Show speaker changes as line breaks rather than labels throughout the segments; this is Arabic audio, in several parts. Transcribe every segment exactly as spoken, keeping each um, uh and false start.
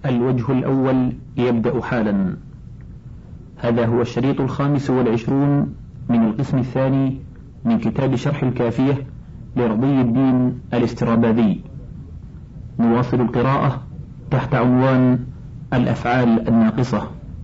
الوجه الأول يبدأ حالا. هذا هو الشريط الخامس والعشرون من القسم الثاني من كتاب شرح الكافية لرضي الدين الاستراباذي. نواصل القراءة تحت عنوان الأفعال الناقصة.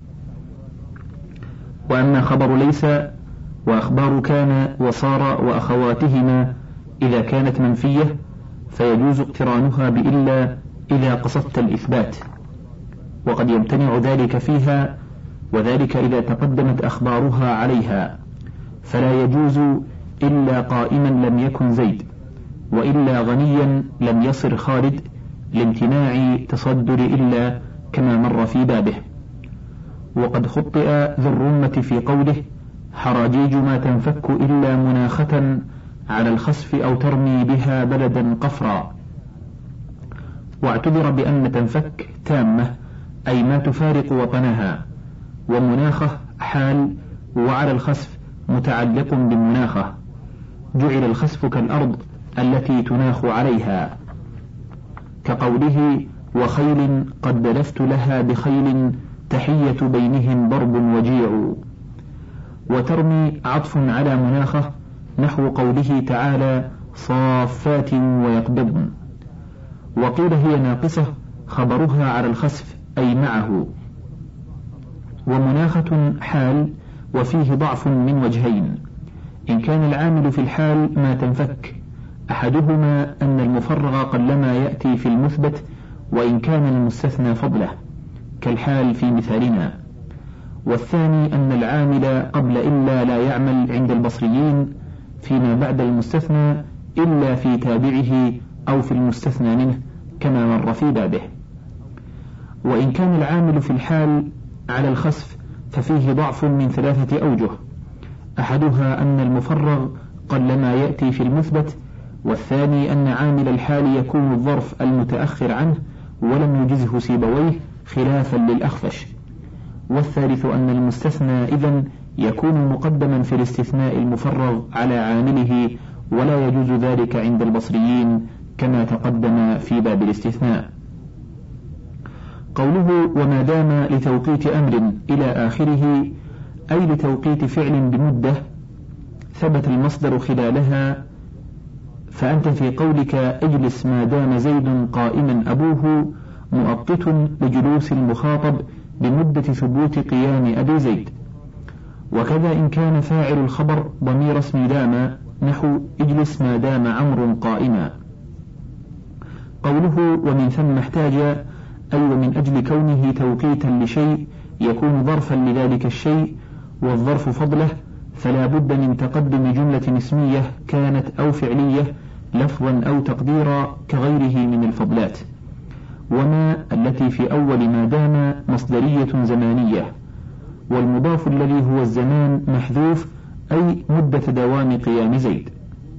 وأما خبر ليس وأخبار كان وصار وأخواتهما إذا كانت منفية فيجوز اقترانها بإلا إذا قصدت الإثبات، وقد يمتنع ذلك فيها، وذلك إذا تقدمت أخبارها عليها، فلا يجوز إلا قائما لم يكن زيد، وإلا غنيا لم يصر خالد، لامتناع تصدر إلا كما مر في بابه. وقد خطئ ذو الرمة في قوله حراجيج ما تنفك إلا مناخة على الخسف أو ترمي بها بلدا قفرا، واعتذر بأن تنفك تامة أي ما تفارق وطنها، ومناخة حال، وعلى الخسف متعلق بمناخة، جعل الخسف كالأرض التي تناخ عليها، كقوله وخيل قد دلفت لها بخيل تحية بينهم ضرب وجيع. وترمي عطف على مناخة نحو قوله تعالى صافات ويقبضن. وقيل هي ناقصة خبرها على الخسف أي معه. ومناخة حال وفيه ضعف من وجهين، إن كان العامل في الحال ما تنفك، أحدهما أن المفرغ قلما يأتي في المثبت، وإن كان المستثنى فضله كالحال في مثالنا. والثاني أن العامل قبل إلا لا يعمل عند البصريين فيما بعد المستثنى إلا في تابعه أو في المستثنى منه كما مر في بابه. وإن كان العامل في الحال على الخسف ففيه ضعف من ثلاثة أوجه، أحدها أن المفرغ قلما يأتي في المثبت، والثاني أن عامل الحال يكون الظرف المتأخر عنه ولم يجزه سيبويه خلافا للأخفش، والثالث أن المستثنى إذن يكون مقدما في الاستثناء المفرغ على عامله، ولا يجوز ذلك عند البصريين كما تقدم في باب الاستثناء. قوله وما دام لتوقيت أمر إلى آخره أي لتوقيت فعل بمدة ثبت المصدر خلالها، فأنت في قولك اجلس ما دام زيد قائما أبوه مؤقت لجلوس المخاطب بمدة ثبوت قيام أبي زيد. وكذا إن كان فاعل الخبر ضمير اسم دام نحو اجلس ما دام عمرو قائما. قوله ومن ثم احتاج أي ومن أجل كونه توقيتا لشيء يكون ظرفا لذلك الشيء، والظرف فضله، فلا بد من تقدم جملة اسمية كانت أو فعلية لفظا أو تقديرا كغيره من الفضلات. وما التي في أول ما دام مصدرية زمانية، والمضاف الذي هو الزمان محذوف أي مدة دوام قيام زيد.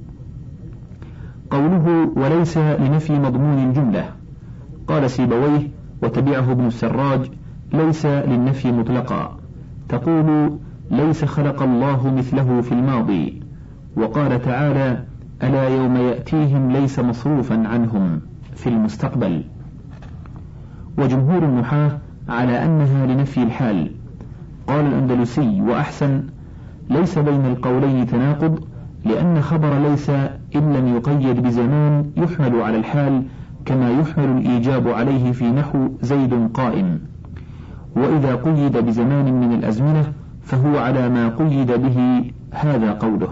قوله وليس لنفي مضمون الجملة، قال سيبويه وتبعه ابن السراج ليس للنفي مطلقا، تقول ليس خلق الله مثله في الماضي، وقال تعالى ألا يوم يأتيهم ليس مصروفا عنهم في المستقبل. وجمهور النحاة على أنها لنفي الحال. قال الأندلسي وأحسن ليس بين القولين تناقض، لأن خبر ليس إن لم يقيد بزمان يحمل على الحال كما يحمل الإيجاب عليه في نحو زيد قائم، وإذا قيد بزمان من الأزمنة فهو على ما قيد به، هذا قوله.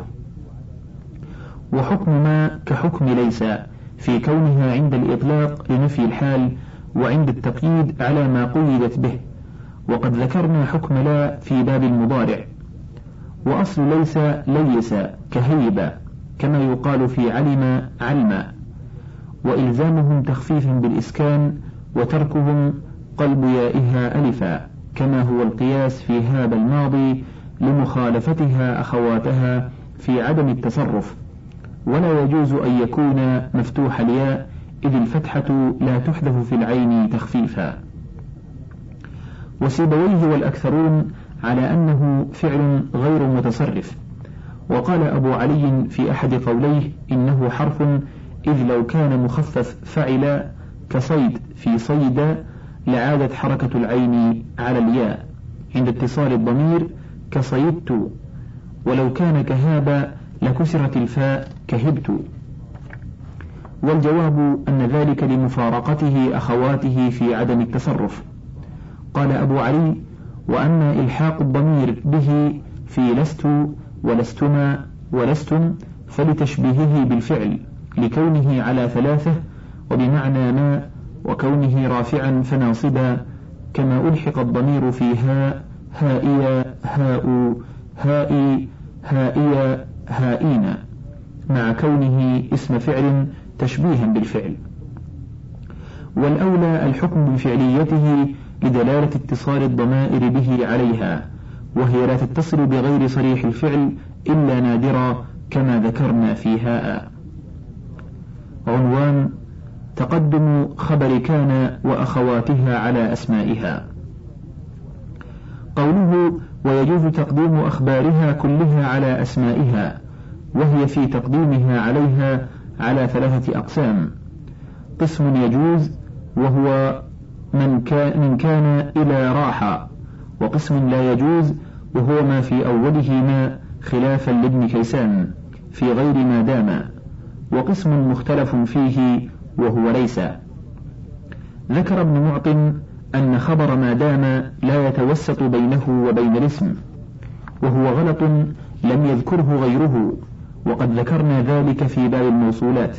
وحكم ما كحكم ليس في كونها عند الإطلاق لنفي الحال، وعند التقييد على ما قيدت به، وقد ذكرنا حكم لا في باب المضارع. وأصل ليس ليس كهيب، كما يقال في علم علم، وإلزامهم تخفيفا بالإسكان وتركهم قلب يائها ألفا، كما هو القياس في هذا الماضي لمخالفتها أخواتها في عدم التصرف. ولا يجوز أن يكون مفتوح الياء إذ الفتحة لا تحذف في العين تخفيفا. وسيبويه والأكثرون على أنه فعل غير متصرف. وقال أبو علي في أحد قوليه إنه حرف، إذ لو كان مخفف فعل كصيد في صيد لعادت حركة العين على الياء عند اتصال الضمير كصيدت، ولو كان كهاب لكسرت الفاء كهبت. والجواب أن ذلك لمفارقته أخواته في عدم التصرف. قال أبو علي: وأما إلحاق الضمير به في لست ولستما ولستم فلتشبيهه بالفعل لكونه على ثلاثة وبمعنى ما، وكونه رافعا فناصبا، كما ألحق الضمير في هاء هائيا هاء هائي هائيا هائين، مع كونه اسم فعل تشبيها بالفعل. والأولى الحكم بفعليته لدلالة اتصال الضمائر به عليها، وهي لا تتصل بغير صريح الفعل إلا نادرا كما ذكرنا في هاء. عنوان: تقدم خبر كان وأخواتها على أسمائها. قوله: ويجوز تقديم أخبارها كلها على أسمائها، وهي في تقديمها عليها على ثلاثة أقسام: قسم يجوز وهو من كان, من كان إلى راح، وقسم لا يجوز وهو ما في أوله ما خلافا لابن كيسان في غير ما دام، وقسم مختلف فيه وهو ليس. ذكر ابن معطٍ أن خبر ما دام لا يتوسط بينه وبين الاسم، وهو غلط لم يذكره غيره، وقد ذكرنا ذلك في باب الموصولات.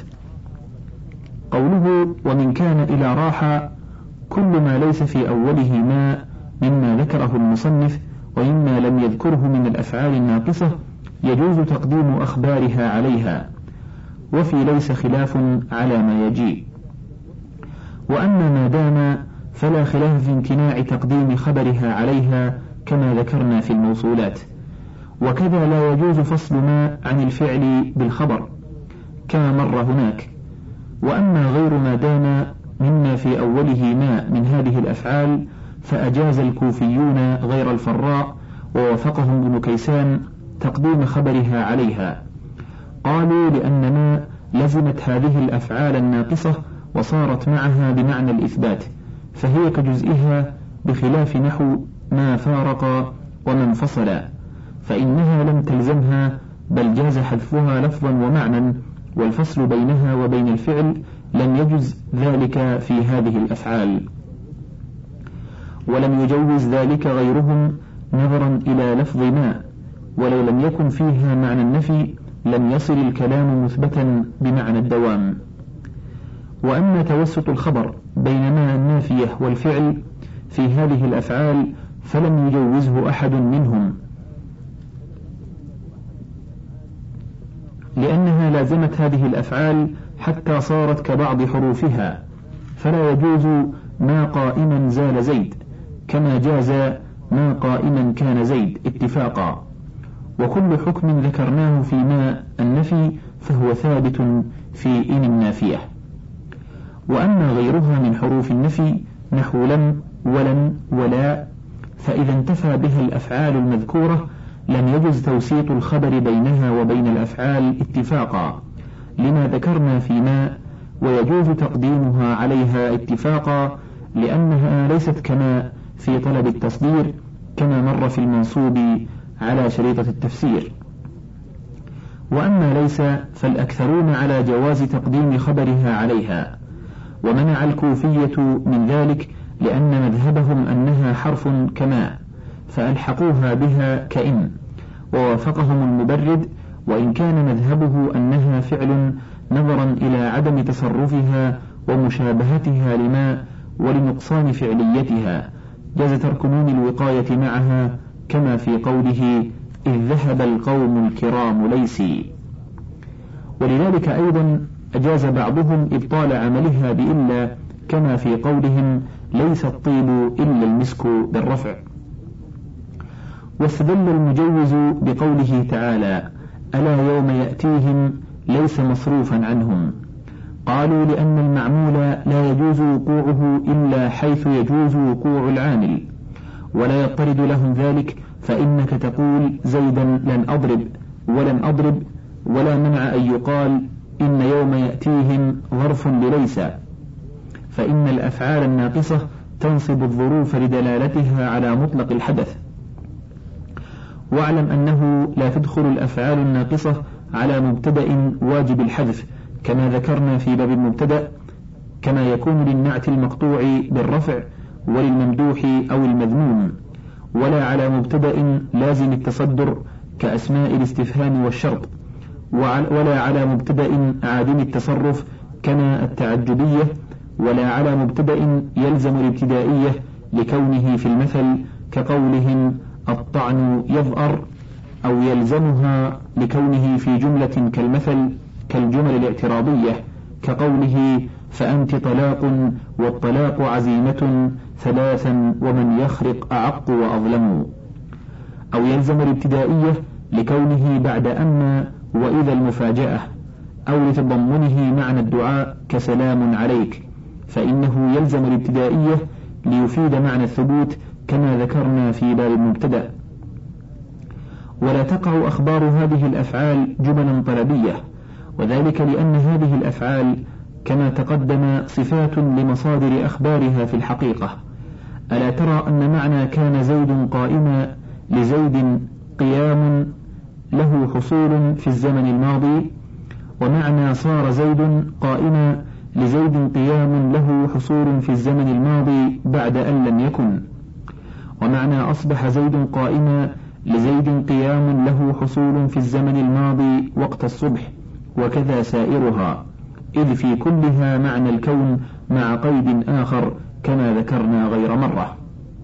قوله: ومن كان إلى راح كل ما ليس في أوله ما مما ذكره المصنف ومما لم يذكره من الأفعال الناقصة يجوز تقديم أخبارها عليها، وفي ليس خلاف على ما يجي. وأما ما دام فلا خلاف في امتناع تقديم خبرها عليها كما ذكرنا في الموصولات، وكذا لا يجوز فصل ما عن الفعل بالخبر كما مر هناك. وأما غير ما دام مما في أوله ما من هذه الأفعال فأجاز الكوفيون غير الفراء ووافقهم ابن كيسان تقديم خبرها عليها. قالوا لأن ما لزمت هذه الأفعال الناقصة وصارت معها بمعنى الإثبات، فهي كجزئها، بخلاف نحو ما فارق وما انفصل، فإنها لم تلزمها بل جاز حذفها لفظا ومعنى، والفصل بينها وبين الفعل لم يجز ذلك في هذه الأفعال. ولم يجوز ذلك غيرهم نظرا إلى لفظ ما، ولو لم يكن فيها معنى النفي لم يصل الكلام مثبتا بمعنى الدوام. وأما توسط الخبر بين ما النافية والفعل في هذه الأفعال فلم يجوزه أحد منهم، لأنها لازمت هذه الأفعال حتى صارت كبعض حروفها، فلا يجوز ما قائما زال زيد كما جاز ما قائما كان زيد اتفاقا. وكل حكم ذكرناه في ما النفي فهو ثابت في إن النافية. وأما غيرها من حروف النفي نحو لم ولن ولا، فإذا انتفى بها الأفعال المذكورة لم يجز توسيط الخبر بينها وبين الأفعال اتفاقا لما ذكرنا في ما، ويجوز تقديمها عليها اتفاقا لأنها ليست كما في طلب التصدير كما مر في المنصوب على شريطة التفسير. وأما ليس فالأكثرون على جواز تقديم خبرها عليها، ومنع الكوفية من ذلك لأن مذهبهم أنها حرف كما، فألحقوها بها كإن، ووافقهم المبرد وإن كان مذهبه أنها فعل نظرا إلى عدم تصرفها ومشابهتها لما ولنقصان فعليتها، جاز ترك نون الوقاية معها كما في قوله إذ ذهب القوم الكرام ليسي. ولذلك أيضا أجاز بعضهم إبطال عملها بإلا كما في قولهم ليس الطيب إلا المسك بالرفع. واستدل المجوز بقوله تعالى ألا يوم يأتيهم ليس مصروفا عنهم، قالوا لأن المعمول لا يجوز وقوعه إلا حيث يجوز وقوع العامل، ولا يطرد لهم ذلك، فإنك تقول زيدا لن أضرب ولن أضرب، ولا منع أن يقال إن يوم يأتيهم ظرف لليس، فإن الأفعال الناقصة تنصب الظروف لدلالتها على مطلق الحدث. واعلم أنه لا تدخل الأفعال الناقصة على مبتدأ واجب الحذف كما ذكرنا في باب المبتدأ، كما يكون للنعت المقطوع بالرفع وللممدوح أو المذموم، ولا على مبتدأ لازم التصدر كأسماء الاستفهام والشرط، ولا على مبتدأ عادم التصرف كما التعجبية، ولا على مبتدأ يلزم الابتدائية لكونه في المثل كقولهم الطعن يظأر، أو يلزمها لكونه في جملة كالمثل كالجمل الاعتراضية كقوله فأنت طلاق والطلاق عزيمة ثلاثا ومن يخرق أعق وأظلم، أو يلزم الابتدائية لكونه بعد أما وإذا المفاجأة، أو لتضمنه معنى الدعاء كسلام عليك، فإنه يلزم الابتدائية ليفيد معنى الثبوت كما ذكرنا في باب المبتدأ. ولا تقع أخبار هذه الأفعال جملا طلبية، وذلك لأن هذه الأفعال كما تقدم صفات لمصادر أخبارها في الحقيقة. ألا ترى أن معنى كان زيد قائما لزيد قيام له حصول في الزمن الماضي، ومعنى صار زيد قائما لزيد قيام له حصول في الزمن الماضي بعد أن لم يكن، ومعنى أصبح زيد قائما لزيد قيام له حصول في الزمن الماضي وقت الصبح، وكذا سائرها، إذ في كلها معنى الكون مع قيد آخر كما ذكرنا غير مرة.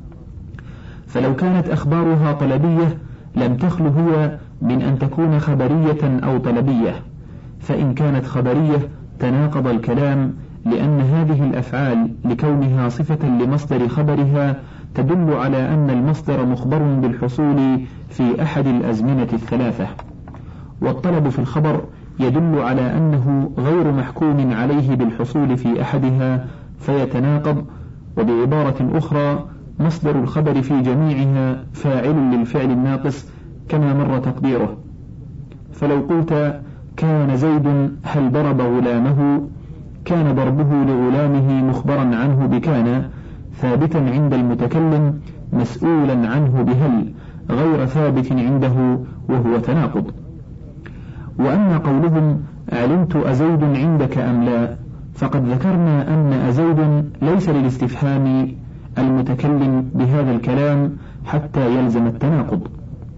فلو كانت أخبارها طلبية لم تخل هي من أن تكون خبرية أو طلبية، فإن كانت خبرية تناقض الكلام، لأن هذه الأفعال لكونها صفة لمصدر خبرها تدل على أن المصدر مخبر بالحصول في أحد الأزمنة الثلاثة، والطلب في الخبر يدل على أنه غير محكوم عليه بالحصول في أحدها فيتناقض. وبعبارة أخرى مصدر الخبر في جميعها فاعل للفعل الناقص كما مر تقديره. فلو قلت كان زيد هل ضرب غلامه، كان ضربه لغلامه مخبرا عنه بكان ثابتا عند المتكلم مسؤولا عنه بهل غير ثابت عنده وهو تناقض. وأما قولهم علمت أزيد عندك أم لا، فقد ذكرنا أن أزيد ليس للاستفهام المتكلم بهذا الكلام حتى يلزم التناقض.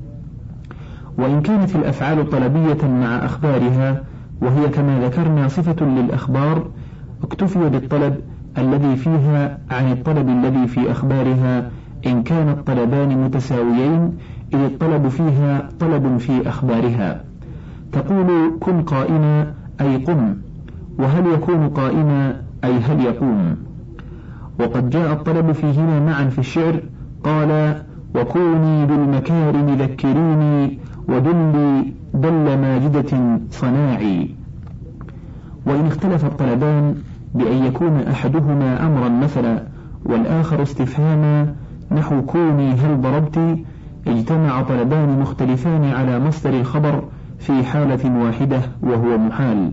وإن كانت الأفعال طلبية مع أخبارها وهي كما ذكرنا صفة للأخبار، اكتفي بالطلب الذي فيها عن الطلب الذي في أخبارها إن كان الطلبان متساويين، إذ الطلب فيها طلب في أخبارها. تقول كن قائما أي قم، وهل يكون قائما أي هل يقوم. وقد جاء الطلب فيهما معا في الشعر، قال وكوني بالمكارم ذكريني ودلي دل ماجدة صناعي. وإن اختلف الطلبان بأن يكون أحدهما أمرا مثلا والآخر استفهاما نحو كوني هل ضربت، اجتمع طلبان مختلفان على مصدر الخبر في حالة واحدة وهو محال.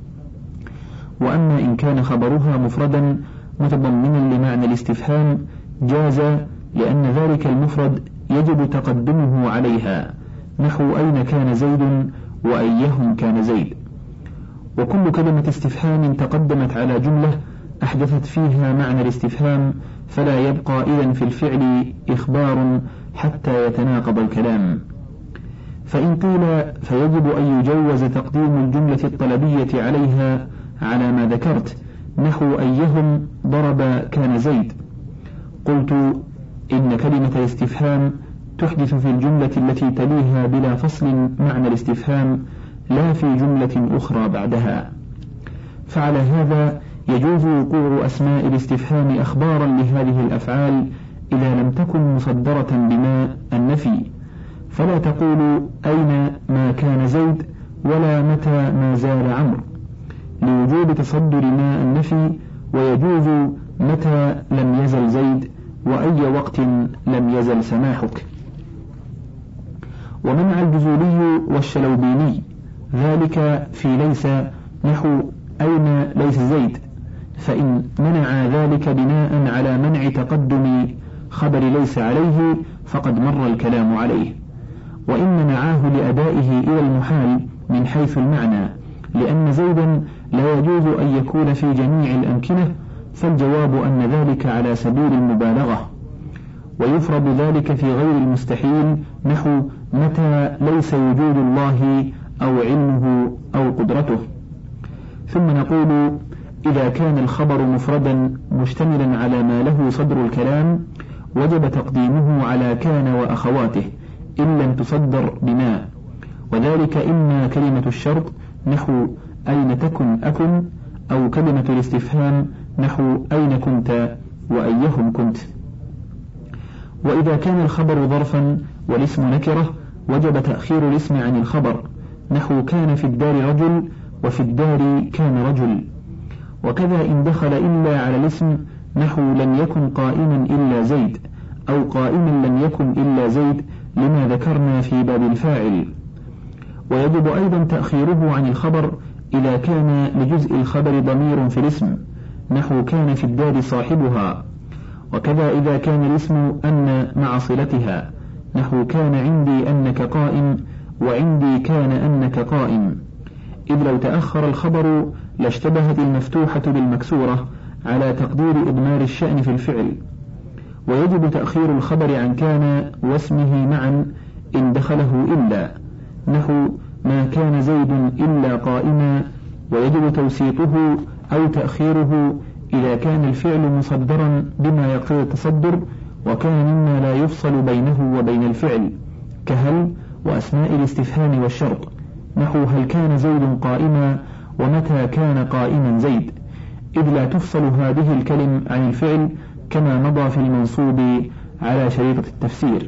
وأما إن كان خبرها مفردا متضمنا لمعنى الاستفهام جاز، لأن ذلك المفرد يجب تقدمه عليها، نحو أين كان زيد وأيهم كان زيد. وكل كلمة استفهام تقدمت على جملة أحدثت فيها معنى الاستفهام فلا يبقى إذن في الفعل إخبار حتى يتناقض الكلام. فإن قيل فيجب أن يجوز تقديم الجملة الطلبية عليها على ما ذكرت، نحو أيهم ضرب كان زيد. قلت إن كلمة الاستفهام تحدث في الجملة التي تليها بلا فصل معنى الاستفهام لا في جملة أخرى بعدها. فعلى هذا يجوز وقوع أسماء الاستفهام أخبارا لهذه الأفعال إذا لم تكن مصدرة بما النفي، فلا تقول أين ما كان زيد ولا متى ما زال عمرو لوجوب تصدر ما النفي، ويجوز متى لم يزل زيد وأي وقت لم يزل سماحك. ومنع الجزولي والشلوبيني ذلك في ليس، نحو أين ليس زيد، فإن منع ذلك بناء على منع تقدم خبر ليس عليه فقد مر الكلام عليه، وإن منعاه لأدائه إلى المحال من حيث المعنى، لأن زيدا لا يجوز أن يكون في جميع الأمكنة، فالجواب أن ذلك على سبيل المبالغة، ويفرض ذلك في غير المستحيل، نحو متى ليس وجود الله أو علمه أو قدرته. ثم نقول إذا كان الخبر مفردا مشتملا على ما له صدر الكلام وجب تقديمه على كان وأخواته إن لم تصدر بما، وذلك إما كلمة الشرط نحو أين تكن أكن، أو كلمة الاستفهام نحو أين كنت وأيهم كنت. وإذا كان الخبر ظرفا والاسم نكرة وجب تأخير الاسم عن الخبر، نحو كان في الدار رجل وفي الدار كان رجل. وكذا إن دخل إلا على الاسم نحو لم يكن قائما إلا زيد، أو قائما لم يكن إلا زيد لما ذكرنا في باب الفاعل. ويجب أيضا تأخيره عن الخبر إذا كان لجزء الخبر ضمير في الاسم، نحو كان في الدار صاحبها. وكذا إذا كان الاسم أن مع صلتها، نحو كان عندي أنك قائم وعندي كان أنك قائم، إذ لو تأخر الخبر لاشتبهت المفتوحة بالمكسورة على تقدير إضمار الشأن في الفعل. ويجب تأخير الخبر عن كان واسمه معا إن دخله إلا، نحو ما كان زيد إلا قائما. ويجب توسيطه أو تأخيره إذا كان الفعل مصدرا بما يقتضي التصدر وكان مما لا يفصل بينه وبين الفعل، كهل وأسماء الاستفهام والشرط، نحو هل كان زيد قائما ومتى كان قائما زيد، إذ لا تفصل هذه الكلم عن الفعل كما مضى في المنصوب على شريطة التفسير.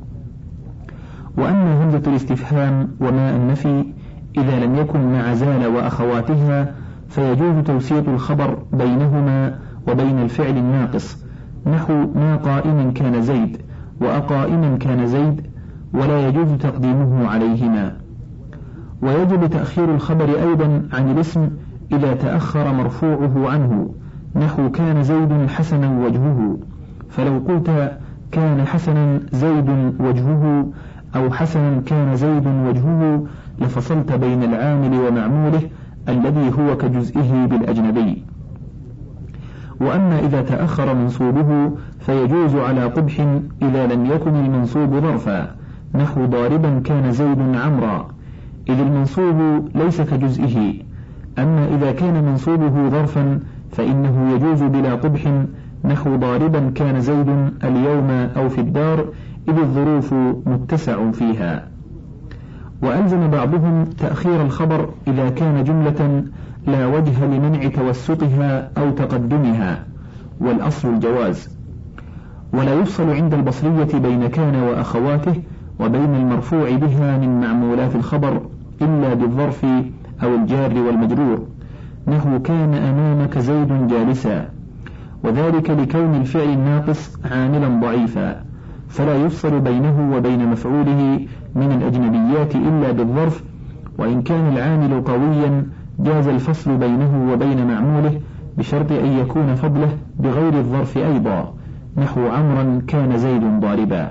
وأما همزة الاستفهام وما النفي إذا لم يكن مع زال وأخواتها فيجوز توسيط الخبر بينهما وبين الفعل الناقص، نحو ما قائما كان زيد وأقائما كان زيد، ولا يجوز تقديمه عليهما. ويجب تأخير الخبر أيضا عن الاسم إذا تأخر مرفوعه عنه، نحو كان زيد حسنا وجهه، فلو قلت كان حسنا زيد وجهه أو حسنا كان زيد وجهه لفصلت بين العامل ومعموله الذي هو كجزئه بالأجنبي. وأما إذا تأخر منصوبه فيجوز على قبح إذا لم يكن المنصوب ظرفا، نحو ضاربا كان زيد عمرا، إذ المنصوب ليس كجزئه. أما إذا كان منصوبه ظرفا فإنه يجوز بلا قبح، نحو ضاربا كان زيد اليوم أو في الدار، إذ الظروف متسع فيها. وألزم بعضهم تأخير الخبر إذا كان جملة لا وجه لمنع توسطها أو تقدمها، والأصل الجواز. ولا يفصل عند البصرية بين كان وأخواته وبين المرفوع بها من معمولات الخبر إلا بالظرف أو الجار والمجرور، نحو كان أمامك زيد جالسا، وذلك لكون الفعل الناقص عاملا ضعيفا، فلا يفصل بينه وبين مفعوله من الأجنبيات إلا بالظرف. وإن كان العامل قويا جاز الفصل بينه وبين معموله بشرط أن يكون فضله بغير الظرف أيضا، نحو عمرا كان زيد ضاربا.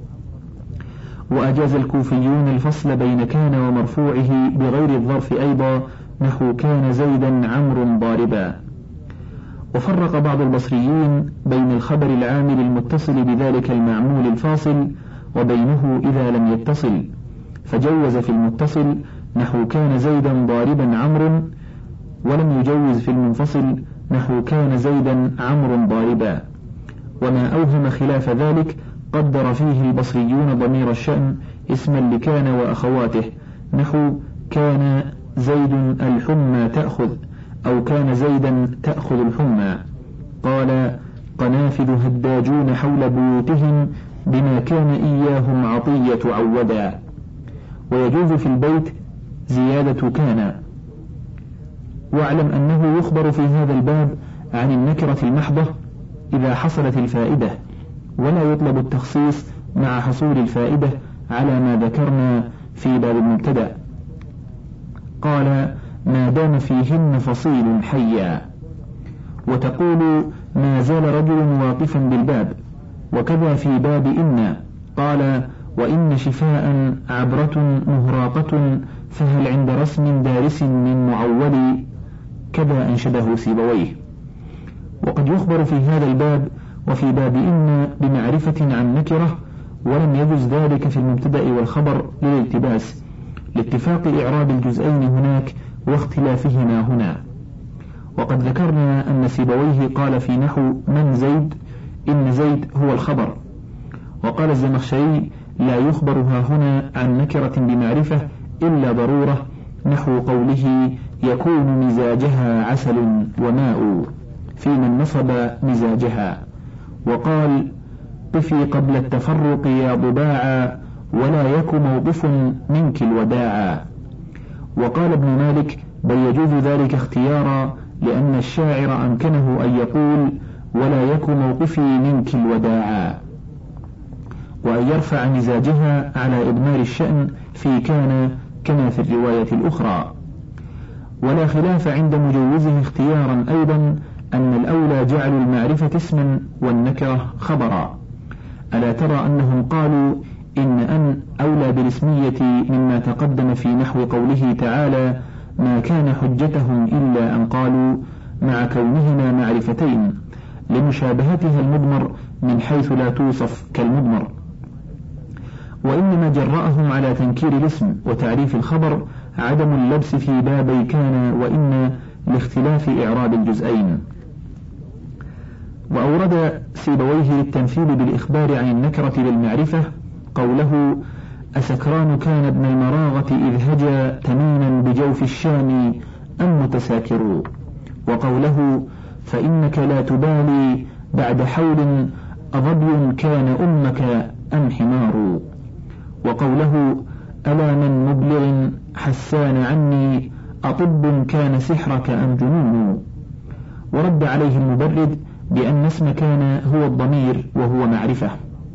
وأجاز الكوفيون الفصل بين كان ومرفوعه بغير الظرف أيضا، نحو كان زيدا عمرو ضاربا. وفرق بعض البصريين بين الخبر العامل المتصل بذلك المعمول الفاصل وبينه إذا لم يتصل، فجوز في المتصل نحو كان زيدا ضاربا عمرو، ولم يجوز في المنفصل نحو كان زيدا عمرو ضاربا. وما أوهم خلاف ذلك قدر فيه البصريون ضمير الشأن اسما لكان وأخواته، نحو كان زيد الحمى تأخذ، أو كان زيدا تأخذ الحمى. قال قنافذ هداجون حول بيوتهم بما كان إياهم عطية عودا. ويجوز في البيت زيادة كان. واعلم أنه يخبر في هذا الباب عن النكرة المحضة إذا حصلت الفائدة، ولا يطلب التخصيص مع حصول الفائدة على ما ذكرنا في باب المبتدأ. قال ما دام فيهن فصيل حيا. وتقول ما زال رجل واقفا بالباب. وكذا في باب إن قال وإن شفاء عبرة مهراقة فهل عند رسم دارس من معول، كذا أنشده سيبويه. وقد يخبر في هذا الباب وفي باب إن بمعرفة عن نكرة، ولم يجز ذلك في المبتدأ والخبر للالتباس لاتفاق إعراب الجزئين هناك واختلافهما هنا. وقد ذكرنا أن سيبويه قال في نحو من زيد إن زيد هو الخبر. وقال الزمخشري لا يخبر ها هنا عن نكرة بمعرفة إلا ضرورة، نحو قوله يكون مزاجها عسل وماء في من نصب مزاجها. وقال قفي قبل التفرق يا ضباعا ولا يك موقف منك الوداعا. وقال ابن مالك بل يجوز ذلك اختيارا، لأن الشاعر أمكنه أن يقول ولا يك موقفي منك الوداعا، وأن يرفع مزاجها على إضمار الشأن في كان كما في الرواية الأخرى. ولا خلاف عند مجوزه اختيارا أيضا أن الأولى جعل المعرفة اسما والنكرة خبرا. ألا ترى أنهم قالوا إن أن أولى بالاسمية مما تقدم في نحو قوله تعالى ما كان حجتهم إلا أن قالوا، مع كونهما معرفتين لمشابهتها المضمر من حيث لا توصف كالمضمر. وإنما جرأهم على تنكير الاسم وتعريف الخبر عدم اللبس في بابي كان وإن لاختلاف إعراب الجزئين. وأورد سيبويه للتمثيل بالإخبار عن النكرة للمعرفة قوله أسكران كان ابن المراغة إذ هجا تميما بجوف الشام أم متساكر، وقوله فإنك لا تبالي بعد حول أظبي كان أمك أم حمار، وقوله ألا من مبلغ حسان عني أطب كان سحرك أم جنون. ورد عليه المبرد بأن اسم كان هو الضمير وهو معرفة.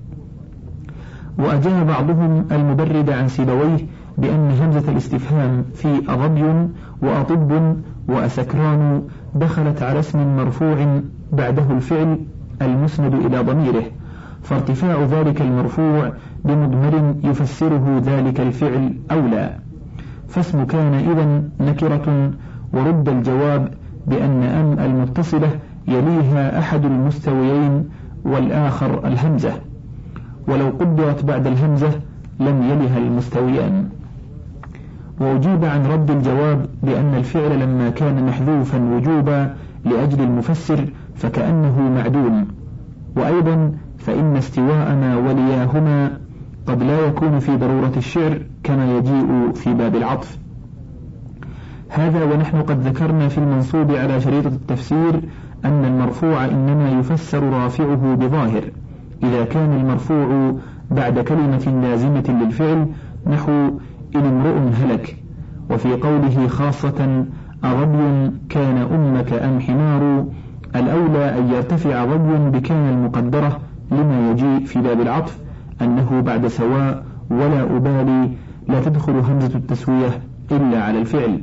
وأجاب بعضهم المبرد عن سيبويه بأن همزة الاستفهام في أظبي وأطب وأسكران دخلت على اسم مرفوع بعده الفعل المسند إلى ضميره، فارتفاع ذلك المرفوع بمضمر يفسره ذلك الفعل أولى، فاسم كان إذن نكرة. ورد الجواب بأن أم المتصلة يليها أحد المستويين والآخر الهمزة، ولو قدرت بعد الهمزة لم يلها المستويان. وأجيب عن رد الجواب بأن الفعل لما كان محذوفا وجوبا لأجل المفسر فكأنه معدوم. وأيضا فإن استواء ما ولياهما قد لا يكون في ضرورة الشعر كما يجيء في باب العطف. هذا ونحن قد ذكرنا في المنصوب على شريطة التفسير أن المرفوع إنما يفسر رافعه بظاهر إذا كان المرفوع بعد كلمة لازمة للفعل نحو إن امرؤ هلك. وفي قوله خاصة أظبي كان أمك أم حمار، الأولى أن يرتفع ظبي بكان المقدرة لما يجيء في باب العطف أنه بعد سواء ولا أبالي لا تدخل همزة التسوية إلا على الفعل.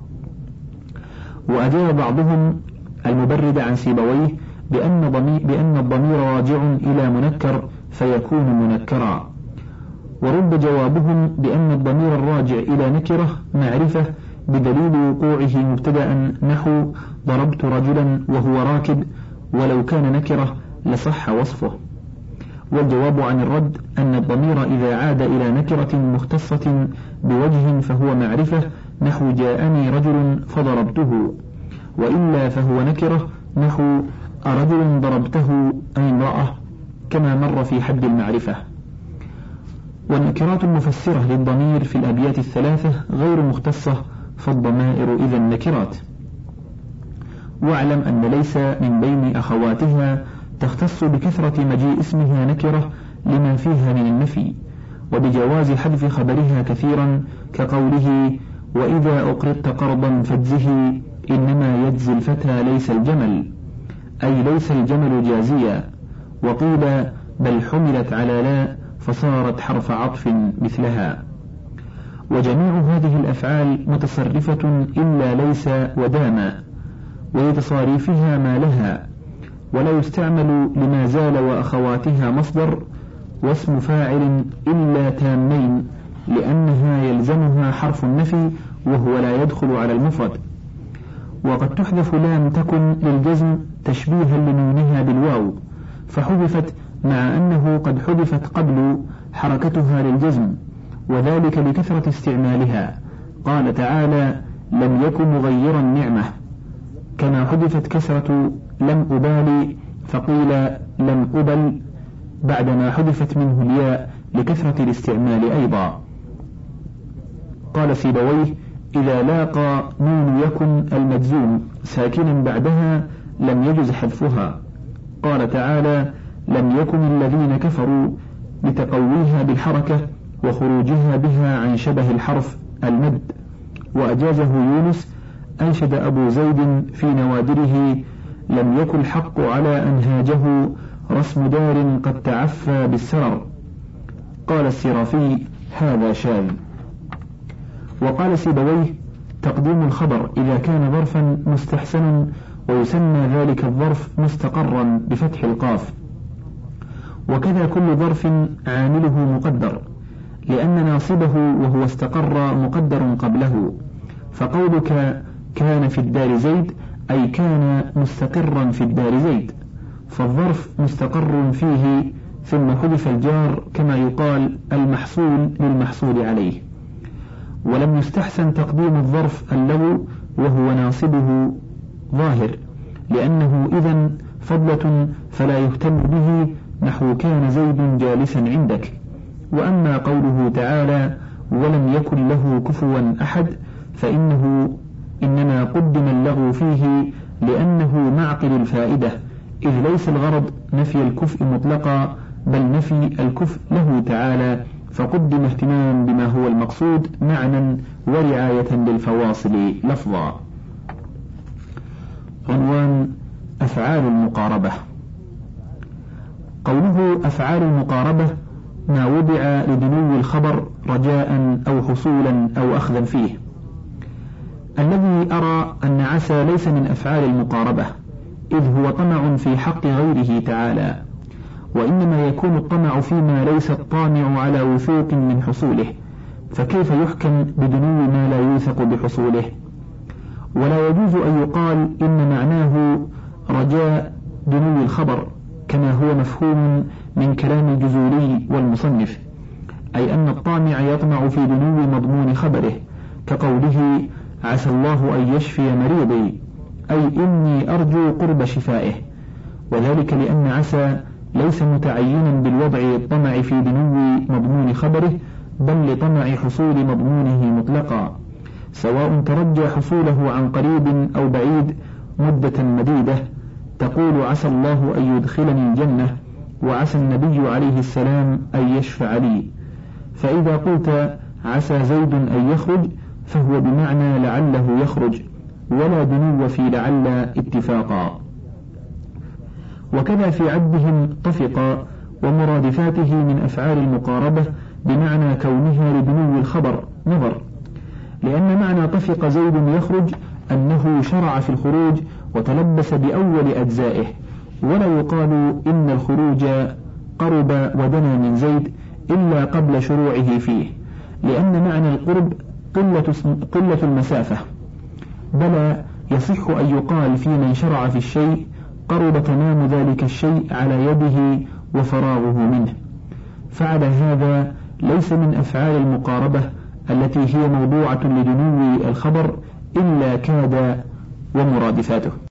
وأجاب بعضهم المبرد عن سيبويه بأن, بأن الضمير راجع إلى منكر فيكون منكرا. ورد جوابهم بأن الضمير الراجع إلى نكرة معرفة بدليل وقوعه مبتدأ نحو ضربت رجلا وهو راكب، ولو كان نكرة لصح وصفه. والجواب عن الرد أن الضمير إذا عاد إلى نكرة مختصة بوجه فهو معرفة نحو جاءني رجل فضربته، وإلا فهو نكرة نحو أرجل ضربته أي امرأة كما مر في حد المعرفة. والنكرات المفسرة للضمير في الأبيات الثلاثة غير مختصة، فالضمائر إذا النكرات. واعلم أن ليس من بين أخواتها تختص بكثرة مجيء اسمها نكرة لما فيها من النفي، وبجواز حذف خبرها كثيرا كقوله وإذا أقرضت قرضا فاجزه إنما يجزي الفتى ليس الجمل، أي ليس الجمل جازيا. وقيل بل حملت على لا فصارت حرف عطف مثلها. وجميع هذه الأفعال متصرفة إلا ليس وداما، ولتصاريفها ما لها، ولا يستعمل لما زال وأخواتها مصدر واسم فاعل إلا تامين، لأنها يلزمها حرف النفي وهو لا يدخل على المفرد. وقد تحذف لام تكن للجزم تشبيها لنونها بالواو، فحذفت مع أنه قد حذفت قبل حركتها للجزم، وذلك لكثرة استعمالها. قال تعالى: لم يكن مغيرا نعمة، كما حذفت كسرة لم أبالي فقيل لم أبل بعدما حذفت منه الياء لكثرة الاستعمال أيضا. قال سيبويه: إذا لاقى نون يكن المجزوم ساكنا بعدها لم يجز حذفها. قال تعالى: لم يكن الذين كفروا لتقويها بالحركة وخروجها بها عن شبه الحرف المد. وأجازه يونس: أنشد أبو زيد في نوادره: لم يكن الحق على أنهاجه رسم دار قد تعفى بالسرر. قال السرافي: هذا شاذ. وقال سيبويه: تقديم الخبر إذا كان ظرفا مستحسن، ويسمى ذلك الظرف مستقرا بفتح القاف. وكذا كل ظرف عامله مقدر، لأن ناصبه وهو استقر مقدر قبله. فقولك كان في الدار زيد أي كان مستقرا في الدار زيد، فالظرف مستقر فيه ثم حذف الجار، كما يقال المحصول للمحصول عليه. ولم يستحسن تقديم الظرف اللو وهو ناصبه ظاهر، لأنه إذن فضلة فلا يهتم به، نحو كان زيد جالسا عندك. وأما قوله تعالى: ولم يكن له كفوا أحد، فإنه إنما قدم اللغو فيه لأنه معقل الفائدة، إذ ليس الغرض نفي الكفء مطلقا، بل نفي الكفء له تعالى، فقدم اهتماما بما هو المقصود معنى ورعاية للفواصل لفظا. عنوان: أفعال المقاربة. قوله أفعال المقاربة ما وضع لدنو الخبر رجاء أو حصولا أو أخذا فيه. الذي أرى أن عسى ليس من أفعال المقاربة، إذ هو طمع في حق غيره تعالى، وإنما يكون الطمع فيما ليس الطامع على وثوق من حصوله، فكيف يحكم بدنو ما لا يوثق بحصوله؟ ولا يجوز أن يقال إن معناه رجاء دنو الخبر، كما هو مفهوم من كلام الجزولي والمصنف، أي أن الطامع يطمع في دنو مضمون خبره، كقوله: عسى الله أن يشفي مريضي، أي إني أرجو قرب شفائه. وذلك لأن عسى ليس متعينا بالوضع للطمع في دنو مضمون خبره، بل لطمع حصول مضمونه مطلقا، سواء ترجى حصوله عن قريب أو بعيد مدة مديدة. تقول: عسى الله أن يدخلني الجنة، وعسى النبي عليه السلام أن يشفع لي. فإذا قلت عسى زيد أن يخرج، فهو بمعنى لعله يخرج، ولا دنو في لعل اتفاقا. وكذا في عدهم طفق ومرادفاته من أفعال المقاربة بمعنى كونها لدنو الخبر نظر، لأن معنى طفق زيد يخرج أنه شرع في الخروج وتلبس بأول أجزائه، ولا يقال إن الخروج قرب ودنا من زيد إلا قبل شروعه فيه، لأن معنى القرب قلة, قلة المسافة، بل يصح أن يقال في من شرع في الشيء قرب تمام ذلك الشيء على يده وفراغه منه. فعلى هذا ليس من أفعال المقاربة التي هي موضوعة لدنو الخبر إلا كاد ومرادفاته.